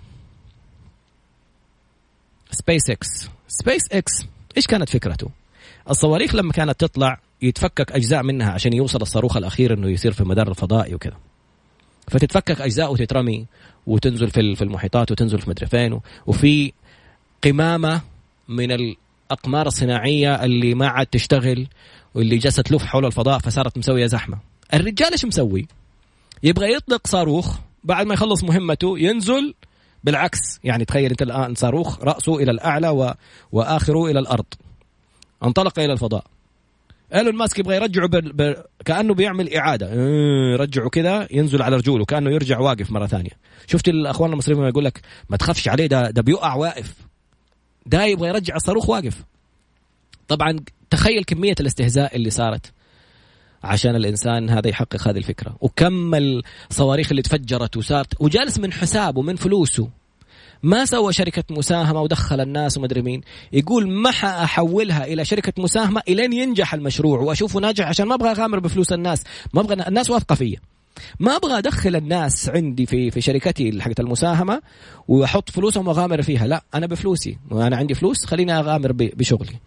سبيس إكس. إيش كانت فكرته؟ الصواريخ لما كانت تطلع يتفكك أجزاء منها عشان يوصل الصاروخ الأخير إنه يصير في مدار الفضائي وكذا، فتتفكك أجزاء وتترمي وتنزل في المحيطات وتنزل في مدري فين، وفي قمامة من الأقمار الصناعية اللي ما عاد تشتغل واللي جالسة تلف حول الفضاء فصارت مسوية زحمة. الرجال إيش مسوي؟ يبغى يطلق صاروخ بعد ما يخلص مهمته ينزل بالعكس، يعني تخيل أنت الآن صاروخ رأسه إلى الأعلى وآخره إلى الأرض، انطلق إلى الفضاء. إيلون ماسك يبغى يرجعه كأنه بيعمل إعادة، يرجعه كذا ينزل على رجوله كأنه يرجع واقف مرة ثانية. شفت الأخوان المصريين ما يقول لك ما تخافش عليه، ده بيقع واقف، ده يبغى يرجع الصاروخ واقف. طبعا تخيل كمية الاستهزاء اللي صارت عشان الإنسان هذا يحقق هذه الفكرة، وكم الصواريخ اللي تفجرت وصارت، وجالس من حسابه من فلوسه، ما سوى شركة مساهمة ودخل الناس ومدري مين، يقول ما أحولها إلى شركة مساهمة إلين ينجح المشروع وأشوفه ناجح، عشان ما أبغى أغامر بفلوس الناس، ما أبغى الناس واثقة فيا، ما أبغى أدخل الناس عندي في شركتي حقت المساهمة وأحط فلوسهم وأغامر فيها، لا أنا بفلوسي وأنا عندي فلوس خليني أغامر بشغلي.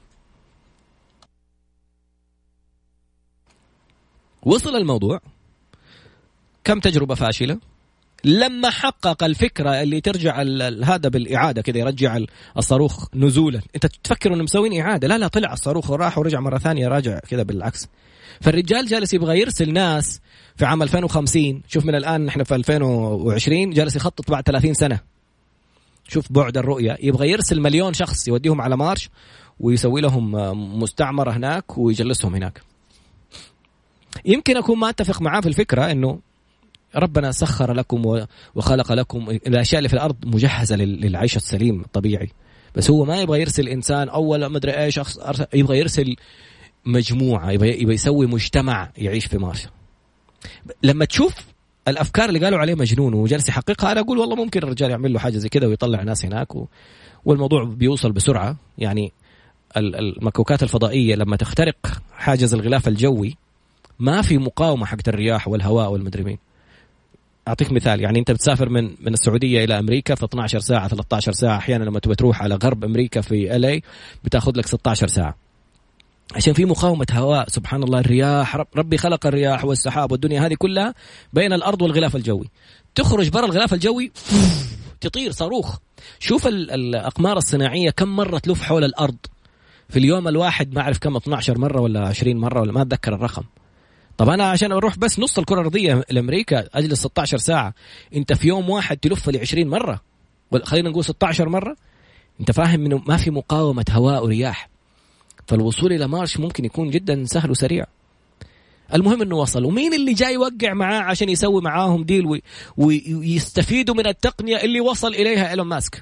وصل الموضوع كم تجربة فاشلة، لما حقق الفكرة اللي ترجع هذا بالإعادة كذا، يرجع الصاروخ نزولا، أنت تفكر إنه مسوين إعادة، لا طلع الصاروخ وراح ورجع مرة ثانية راجع كذا بالعكس. فالرجال جالس يبغى يرسل ناس في عام 2050، شوف من الآن نحن في 2020 جالس يخطط بعد 30 سنة، شوف بعد الرؤية، يبغى يرسل 1,000,000 شخص يوديهم على مارش ويسوي لهم مستعمرة هناك ويجلسهم هناك. يمكن أكون ما أتفق معاه في الفكرة إنه ربنا سخر لكم وخلق لكم الأشياء اللي في الأرض مجهزة للعيش السليم الطبيعي، بس هو ما يبغى يرسل إنسان أول ما أدري أي شخص، يبغى يرسل مجموعة، يبغى يسوي مجتمع يعيش في مارس. لما تشوف الأفكار اللي قالوا عليه مجنون وجلس يحققها، أنا أقول والله ممكن الرجال يعمل له حاجة زي كده ويطلع ناس هناك والموضوع بيوصل بسرعة. يعني المكوكات الفضائية لما تخترق حاجز الغلاف الجوي ما في مقاومة حقت الرياح والهواء والمدري مين. أعطيك مثال، يعني أنت بتسافر من السعودية إلى أمريكا في 12 ساعة 13 ساعة، أحيانا لما تبى تروح على غرب أمريكا في LA بتاخذ لك 16 ساعة، عشان في مقاومة هواء. سبحان الله، الرياح، ربي خلق الرياح والسحاب والدنيا هذه كلها بين الأرض والغلاف الجوي، تخرج برا الغلاف الجوي تطير صاروخ. شوف الأقمار الصناعية كم مرة تلف حول الأرض في اليوم الواحد، ما أعرف كم، 12 مرة ولا 20 مرة ولا ما أتذكر الرقم. طب أنا عشان أروح بس نص الكرة الأرضية لأمريكا أجلس 16 ساعة، أنت في يوم واحد تلف لي 20 مرة، خلينا نقول 16 مرة. أنت فاهم إنه ما في مقاومة هواء ورياح، فالوصول إلى مارش ممكن يكون جدا سهل وسريع. المهم إنه وصل، ومين اللي جاي يوقع معاه عشان يسوي معاهم ديل ويستفيدوا من التقنية اللي وصل إليها إيلون ماسك؟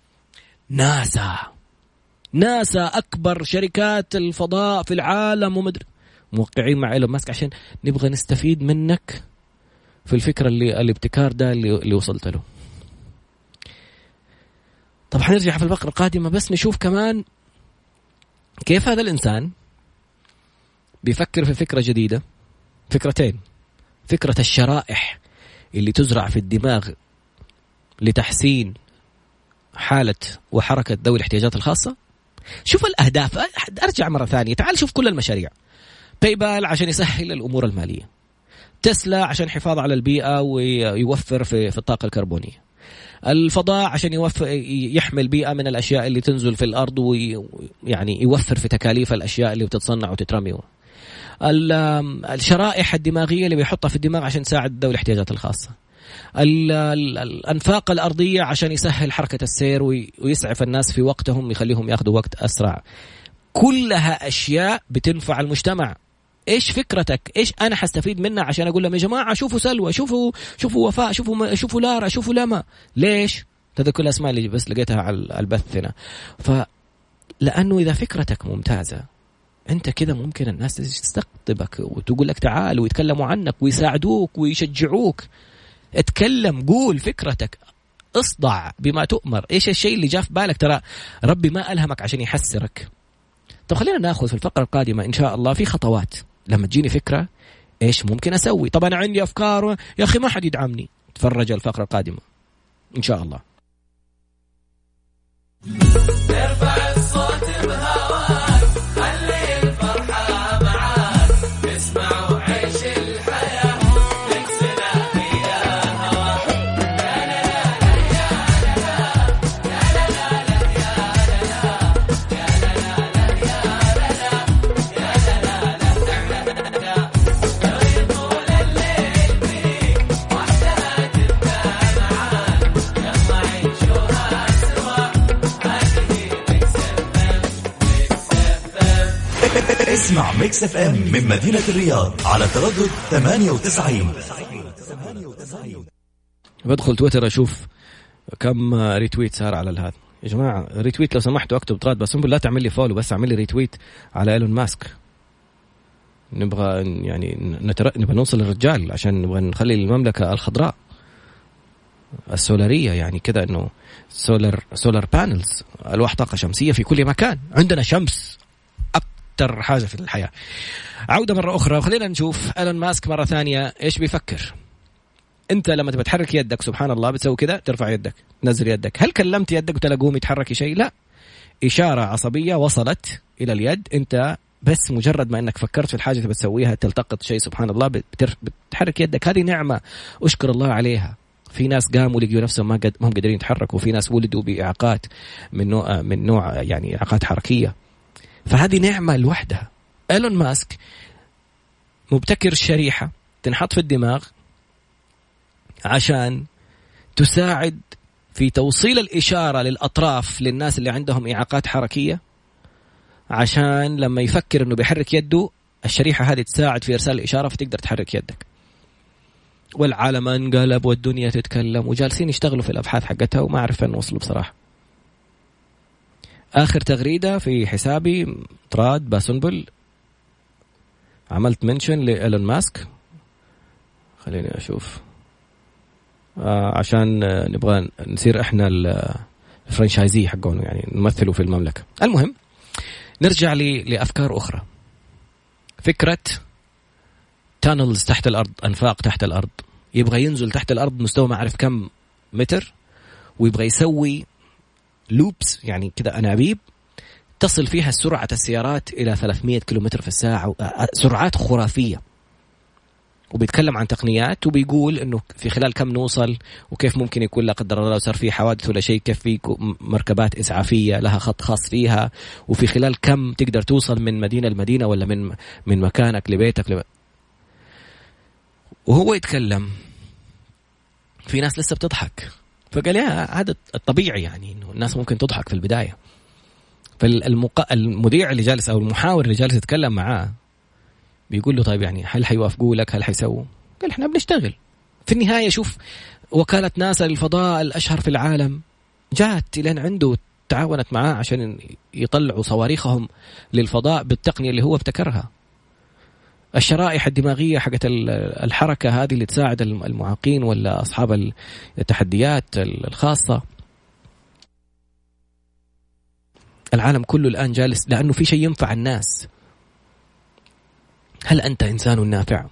ناسا أكبر شركات الفضاء في العالم ومدري موقعين مع إيلون ماسك عشان نبغى نستفيد منك في الفكرة الابتكار ده اللي وصلت له. طب حنرجع في الفقرة القادمة بس نشوف كمان كيف هذا الإنسان بيفكر في فكرة جديدة، فكرتين: فكرة الشرائح اللي تزرع في الدماغ لتحسين حالة وحركة ذوي الاحتياجات الخاصة. شوف الأهداف، أرجع مرة ثانية، تعال شوف كل المشاريع. بايبال عشان يسهل الأمور المالية، تسلا عشان حفاظ على البيئة ويوفر في الطاقة الكربونية، الفضاء عشان يحمي البيئة من الأشياء اللي تنزل في الأرض ويعني يوفر في تكاليف الأشياء اللي بتتصنع وتترمي. الشرائح الدماغية اللي بيحطها في الدماغ عشان تساعد ذوي الاحتياجات الخاصة، الأنفاق الأرضية عشان يسهل حركة السير ويسعف الناس في وقتهم، يخليهم ياخذوا وقت أسرع. كلها أشياء بتنفع المجتمع. إيش فكرتك؟ إيش أنا حستفيد منها عشان أقول لهم يا جماعة شوفوا سلوى، شوفوا وفاء، شوفوا لارا، شوفوا لما؟ ليش؟ هذا كل الأسماء اللي بس لقيتها على البث هنا. لأنه إذا فكرتك ممتازة أنت كذا ممكن الناس تستقطبك وتقول لك تعال ويتكلموا عنك ويساعدوك ويشجعوك. اتكلم، قول فكرتك، اصدع بما تؤمر. ايش الشيء اللي جاء في بالك؟ ترى ربي ما ألهمك عشان يحسرك. طب خلينا ناخذ في الفقرة القادمة إن شاء الله في خطوات لما تجيني فكرة ايش ممكن أسوي. طبعا عندي أفكار يا أخي ما حد يدعمني. تفرج الفقرة القادمة إن شاء الله. ارفع الصوت بهواك، خلي الفرحة معاك، اسمع وعيش الحياة، نفسنا فيها هواك. لا لا لا يا لا لا، يا لا لا يا لا لا، يا لا لا يا لا لا، يا لا لا تغيب طول الليل فيك، وحدها تبقى معاك، يلا عيشوها سوا. اسمع ميكس اف ام من مدينة الرياض على تردد 98. بدخل تويتر أشوف كم ريتويت صار على هذا. يا جماعة ريتويت لو سمحتوا أكتب تراد بس لا تعمل لي فولو، بس اعمل لي ريتويت على إيلون ماسك. نبغى يعني نبغى نوصل للرجال عشان نبغى نخلي المملكة الخضراء السولارية، يعني كذا إنه سولار بانلز، ألواح طاقة شمسية في كل مكان. عندنا شمس أكتر حاجة في الحياة. عودة مرة أخرى وخلينا نشوف إيلون ماسك مرة ثانية إيش بيفكر. أنت لما تبى تحرك يدك سبحان الله بتسوي كذا، ترفع يدك، تنزل يدك. هل كلمت يدك وتلاقوم يتحرك شيء؟ لا، إشارة عصبية وصلت إلى اليد. أنت بس مجرد ما أنك فكرت في الحاجة تبى تسويها تلتقط شيء سبحان الله بتحرك يدك. هذه نعمة أشكر الله عليها. في ناس قاموا لقوا نفسهم ما هم قادرين يتحركوا، وفي ناس ولدوا بإعاقات من نوع يعني إعاقات حركية، فهذه نعمة لوحدها. إيلون ماسك مبتكر شريحة تنحط في الدماغ عشان تساعد في توصيل الإشارة للأطراف للناس اللي عندهم إعاقات حركية، عشان لما يفكر إنه بيحرك يده الشريحة هذه تساعد في إرسال الإشارة فتقدر تحرك يدك. والعالم انقلب والدنيا تتكلم وجالسين يشتغلوا في الأبحاث حقتها وما أعرف أن وصلوا بصراحة. آخر تغريدة في حسابي تراد باسنبل عملت منشن لإيلون ماسك. خليني أشوف عشان نبغى نصير إحنا الفرنشايزي حقونه، يعني نمثله في المملكة. المهم نرجع لأفكار أخرى. فكرة تانلز تحت الأرض، أنفاق تحت الأرض. يبغى ينزل تحت الأرض مستوى ما أعرف كم متر، ويبغى يسوي لوبس يعني كذا أنابيب تصل فيها سرعة السيارات إلى 300 كيلومتر في الساعة، سرعات خرافية. وبيتكلم عن تقنيات وبيقول إنه في خلال كم نوصل، وكيف ممكن يكون لا قدر الله صار في حوادث ولا شيء، كيف في مركبات إسعافية لها خط خاص فيها، وفي خلال كم تقدر توصل من مدينة لمدينة ولا من مكانك لبيتك وهو يتكلم في ناس لسه بتضحك. فقال يا هذا الطبيعي، يعني إنه الناس ممكن تضحك في البداية. فالمذيع اللي جالس أو المحاور اللي جالس يتكلم معاه بيقول له طيب يعني هل حيوافقوا لك، هل حيسووا؟ قال إحنا بنشتغل. في النهاية شوف وكالة ناسا للفضاء الأشهر في العالم جات لين عنده تعاونت معاه عشان يطلعوا صواريخهم للفضاء بالتقنية اللي هو ابتكرها. الشرائح الدماغية حقت الحركة هذه اللي تساعد المعاقين ولا أصحاب التحديات الخاصة. العالم كله الآن جالس لأنه في شيء ينفع الناس. هل أنت إنسان نافع؟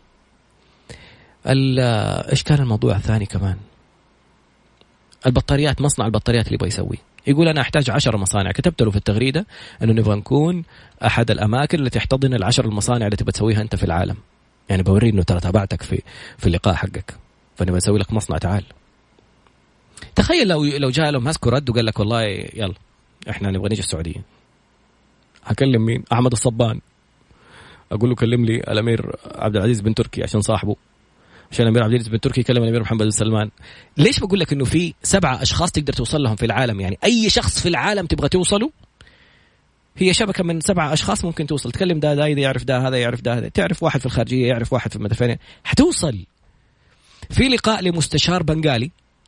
إيش كان الموضوع الثاني كمان؟ البطاريات، مصنع البطاريات اللي يبغى يسوي. يقول أنا أحتاج 10 مصانع. كتبت له في التغريدة أنه نبغى نكون أحد الأماكن التي تحتضن 10 المصانع التي بتسويها أنت في العالم. يعني بوري أنه ترى تابعتك في اللقاء حقك، فنبغى نسوي لك مصنع. تعال تخيل لو جاء له ماسك ورد وقال لك والله يلا إحنا نبغى نيجي السعودية. هكلم مين؟ أحمد الصبان. اقول له كلم لي الامير عبد العزيز بن تركي عشان صاحبه، عشان الامير عبد العزيز بن تركي يكلم الامير محمد بن سلمان. ليش بقول لك انه في 7 أشخاص تقدر توصل لهم في العالم؟ يعني اي شخص في العالم تبغى توصله هي شبكه من 7 أشخاص ممكن توصل. تكلم ده إذا يعرف ده، هذا يعرف ده، هذا تعرف واحد في الخارجيه يعرف واحد في المدفنين، حتوصل. في لقاء لمستشار بنغالي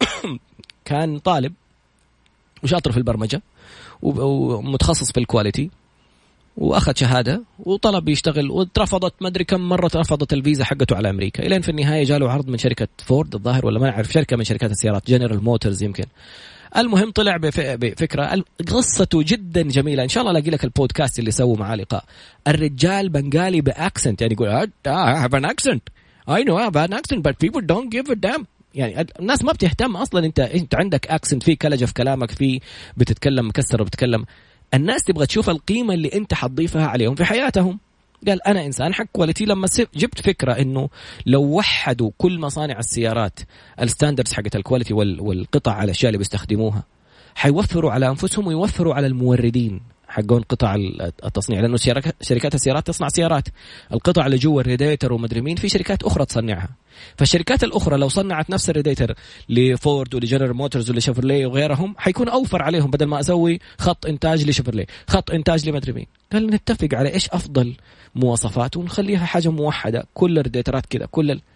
كان طالب وشاطر في البرمجه ومتخصص في الكواليتي واخذ شهاده وطلب يشتغل، واترفضت ما ادري كم مره اترفضت الفيزا حقته على امريكا، الين في النهايه جاله عرض من شركه فورد الظاهر ولا ما اعرف، شركه من شركات السيارات، جنرال موتورز يمكن. المهم طلع بفكره، قصته جدا جميله، ان شاء الله الاقي لك البودكاست اللي سووا معاه لقاء. الرجال بنغالي باكسنت، يعني يقول I have an accent, I know I have an accent but people don't give a damn. يعني الناس ما بتهتم اصلا انت عندك اكسنت، في كلجه في كلامك، في بتتكلم مكسر وبتتكلم. الناس تبغى تشوف القيمه اللي انت حتضيفها عليهم في حياتهم. قال انا انسان حق كواليتي. لما جبت فكره انه لو وحدوا كل مصانع السيارات الستاندردز حقت الكواليتي والقطع على الاشياء اللي بيستخدموها، حيوفروا على انفسهم ويوفروا على الموردين حقون قطع التصنيع، لانه شركات السيارات تصنع سيارات، القطع اللي جوا الريديتر ومدري مين في شركات اخرى تصنعها. فالشركات الاخرى لو صنعت نفس الريديتر لفورد ولجنرال موتورز ولشيفرلي وغيرهم، حيكون اوفر عليهم بدل ما اسوي خط انتاج لشيفرلي، خط انتاج لمدري مين. قال نتفق على ايش افضل مواصفات ونخليها حاجه موحده، كل الريديترات كذا،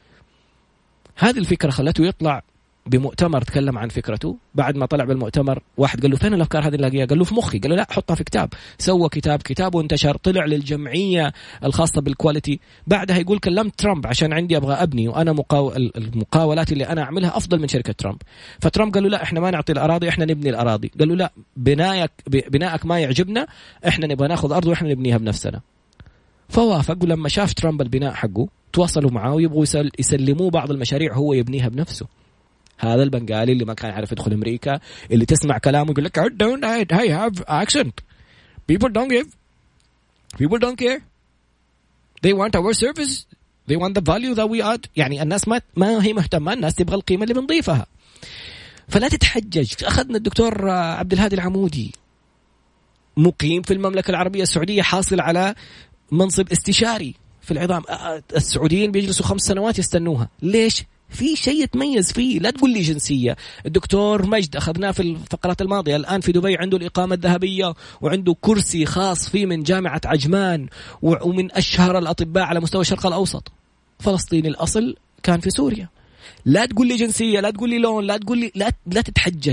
هذه الفكره خلته يطلع بمؤتمر تكلم عن فكرته. بعد ما طلع بالمؤتمر واحد قال له فين الافكار هذه اللي لاقيها؟ قال له في مخي. قال له لا حطها في كتاب. سوى كتاب وانتشر، طلع للجمعيه الخاصه بالكواليتي. بعدها يقول كلمت ترامب عشان عندي ابغى ابني، وانا المقاولات اللي انا اعملها افضل من شركه ترامب. فترامب قال له لا احنا ما نعطي الاراضي، احنا نبني الاراضي. قال له لا بنائك ما يعجبنا، احنا نبغى ناخذ ارض واحنا نبنيها بنفسنا. فوافق. ولما شاف ترامب البناء حقه تواصلوا معاه ويبغوا يسلموه بعض المشاريع هو يبنيها بنفسه. هذا البنغالي اللي ما كان يعرف يدخل أمريكا، اللي تسمع كلامه يقول لك I have accent, people don't care, they want our service, they want the value that we add. يعني الناس ما هي مهتمة، الناس تبغى القيمة اللي بنضيفها. فلا تتحجج. أخذنا الدكتور عبد الهادي العمودي، مقيم في المملكة العربية السعودية، حاصل على منصب استشاري في العظام. السعوديين بيجلسوا 5 سنوات يستنوها. ليش؟ في شيء يتميز فيه. لا تقول لي جنسية. الدكتور مجد أخذناه في الفقرات الماضية، الآن في دبي عنده الإقامة الذهبية وعنده كرسي خاص فيه من جامعة عجمان ومن أشهر الأطباء على مستوى الشرق الأوسط. فلسطيني الأصل، كان في سوريا. لا تقول لي جنسية، لا تقول لي لون، لا تقول لي لا تتحجج.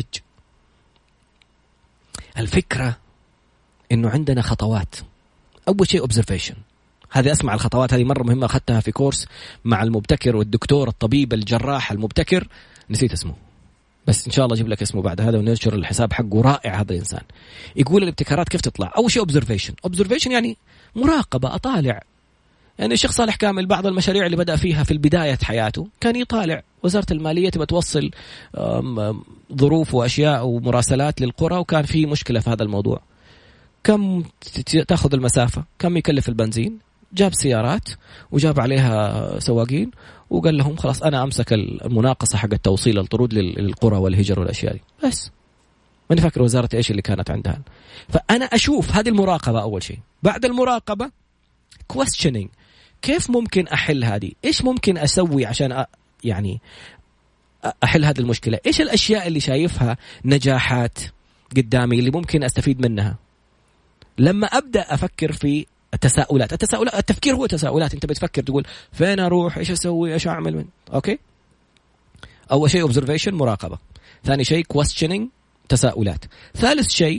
الفكرة إنه عندنا خطوات. أول شيء observation. هذه أسمع الخطوات هذه مرة مهمة، أخذتها في كورس مع المبتكر والدكتور الطبيب الجراح المبتكر، نسيت اسمه بس إن شاء الله أجيب لك اسمه بعد هذا وننشر الحساب حقه. رائع هذا الإنسان. يقول الابتكارات كيف تطلع. أول شيء observation يعني مراقبة، أطالع. يعني الشيخ صالح كامل بعض المشاريع اللي بدأ فيها في البداية حياته كان يطالع. وزارة المالية تبى توصل ظروف وأشياء ومراسلات للقرى، وكان في مشكلة في هذا الموضوع. كم تأخذ المسافة، كم يكلف البنزين. جاب سيارات وجاب عليها سواقين وقال لهم خلاص أنا أمسك المناقصة حق التوصيل الطرود للقرى والهجر والأشياء دي. بس ما نفكر وزارة إيش اللي كانت عندها. فأنا أشوف هذه المراقبة أول شيء. بعد المراقبة questioning. كيف ممكن أحل هذه؟ إيش ممكن أسوي عشان يعني أحل هذه المشكلة؟ إيش الأشياء اللي شايفها نجاحات قدامي اللي ممكن أستفيد منها؟ لما أبدأ أفكر في التساؤلات. التفكير هو تساؤلات. أنت بتفكر تقول فين أروح، إيش أسوي، إيش أعمل من. أوكي. أول شيء observation، مراقبة. ثاني شيء questioning، تساؤلات. ثالث شيء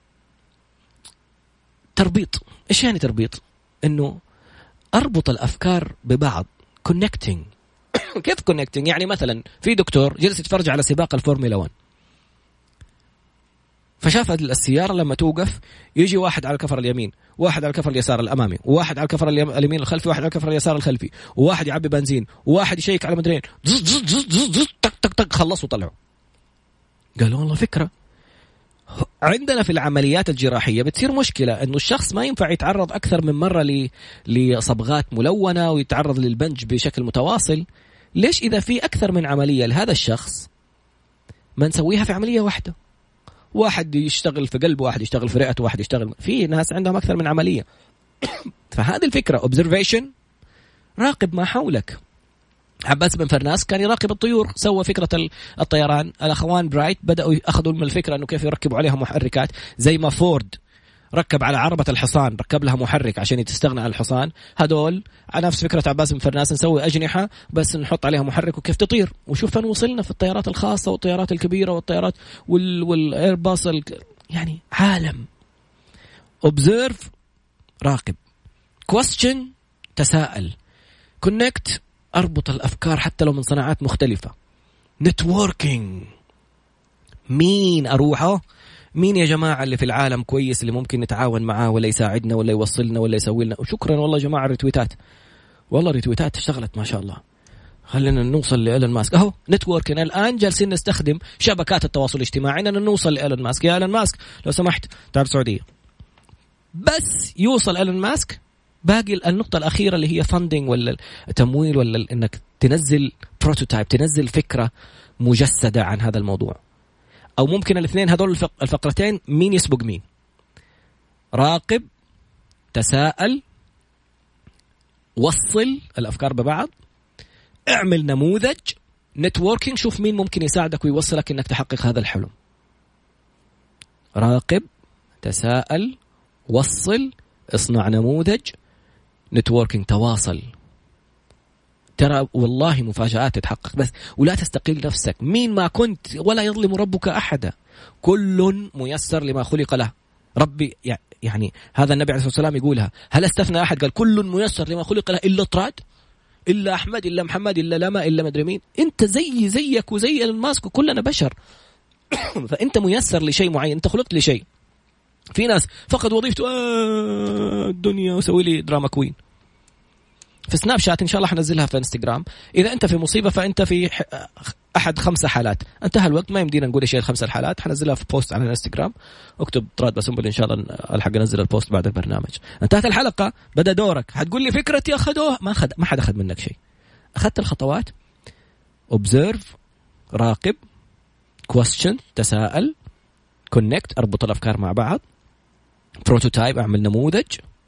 تربيط. إيش يعني تربيط؟ إنه أربط الأفكار ببعض. connecting. كيف connecting؟ يعني مثلا في دكتور جلس يتفرج على سباق الفورمولا 1، فشاف السيارة لما توقف يجي واحد على الكفر اليمين، واحد على الكفر اليسار الأمامي، وواحد على الكفر اليمين الخلفي، واحد على الكفر اليسار الخلفي، وواحد يعبي بنزين، وواحد يشيك على مدرين، تك تك تك، خلصوا طلعوا. قالوا والله فكرة. عندنا في العمليات الجراحية بتصير مشكلة إنه الشخص ما ينفع يتعرض أكثر من مرة لصبغات ملونة ويتعرض للبنج بشكل متواصل. ليش إذا في أكثر من عملية لهذا الشخص ما نسويها في عملية واحدة؟ واحد يشتغل في قلبه، واحد يشتغل في رئته، واحد يشتغل في ناس عندهم أكثر من عملية. فهذه الفكرة observation، راقب ما حولك. عباس بن فرناس كان يراقب الطيور، سوى فكرة الطيران. الأخوان برايت بدأوا يأخذوا من الفكرة أنه كيف يركبوا عليها محركات، زي ما فورد ركب على عربة الحصان ركب لها محرك عشان تستغنى عن الحصان. هدول على نفس فكرة عباس بن فرناس، نسوي أجنحة بس نحط عليها محرك وكيف تطير. وشوف فين وصلنا في الطيارات الخاصة والطيارات الكبيرة والطيارات والإيرباص يعني عالم. observe راقب، question تساءل، connect أربط الأفكار حتى لو من صناعات مختلفة، networking مين أروحه، مين يا جماعة اللي في العالم كويس اللي ممكن نتعاون معاه ولا يساعدنا ولا يوصلنا ولا يسوي لنا. وشكرا والله جماعة الريتويتات، والله الريتويتات اشتغلت ما شاء الله، خلينا نوصل لإيلون ماسك. أهو نتوركنا الآن جالسين نستخدم شبكات التواصل الاجتماعي إننا نوصل لإيلون ماسك. يا إيلون ماسك لو سمحت تعال السعودية، بس يوصل إيلون ماسك باقي النقطة الأخيرة اللي هي فاندينج ولا تمويل ولا إنك تنزل بروتوتايب، تنزل فكرة مجسدة عن هذا الموضوع. أو ممكن الاثنين هذول الفقرتين مين يسبق مين. راقب، تساءل، وصل الأفكار ببعض، اعمل نموذج، نتوركينج، شوف مين ممكن يساعدك ويوصلك إنك تحقق هذا الحلم. راقب، تساءل، وصل، اصنع نموذج، نتوركينج، تواصل. ترى والله مفاجآت تتحقق بس، ولا تستقل نفسك مين ما كنت، ولا يظلم ربك أحدا، كل ميسر لما خلق له. ربي يعني هذا النبي عليه الصلاة والسلام يقولها، هل استثنى أحد قال كل ميسر لما خلق له إلا طراد، إلا أحمد، إلا محمد، إلا لما، إلا مدري مين. أنت زيك وزي إيلون ماسك وكلنا بشر. فأنت ميسر لشيء معين، أنت خلقت لشيء. في ناس فقد وظيفته الدنيا وسوي لي دراما كوين في سناب شات، إن شاء الله حنزلها في انستغرام. إذا أنت في مصيبة فأنت في أحد 5 حالات، انتهى الوقت ما يمدينا نقول إيش هي ال5 الحالات، حنزلها في بوست على الانستغرام، اكتب طراد بسنبل إن شاء الله ألحق أنزل البوست بعد البرنامج. انتهت الحلقة، بدأ دورك، هتقول لي فكرتي أخذوها، ما حد أخذ منك شيء، أخذت الخطوات. observe راقب، question تساءل، connect أربط الأفكار مع بعض، prototype أعمل نموذج،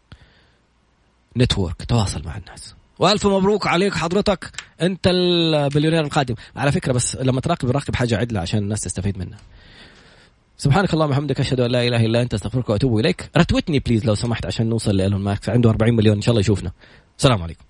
نتورك تواصل مع الناس. والف مبروك عليك حضرتك، انت البليونير القادم. على فكره بس لما راقب حاجه عدله عشان الناس تستفيد منها. سبحانك اللهم وبحمدك، اشهد ان لا اله الا انت، استغفرك واتوب اليك. رتوتني بليز لو سمحت عشان نوصل لايلون ماسك، عنده 40 مليون ان شاء الله يشوفنا. السلام عليكم.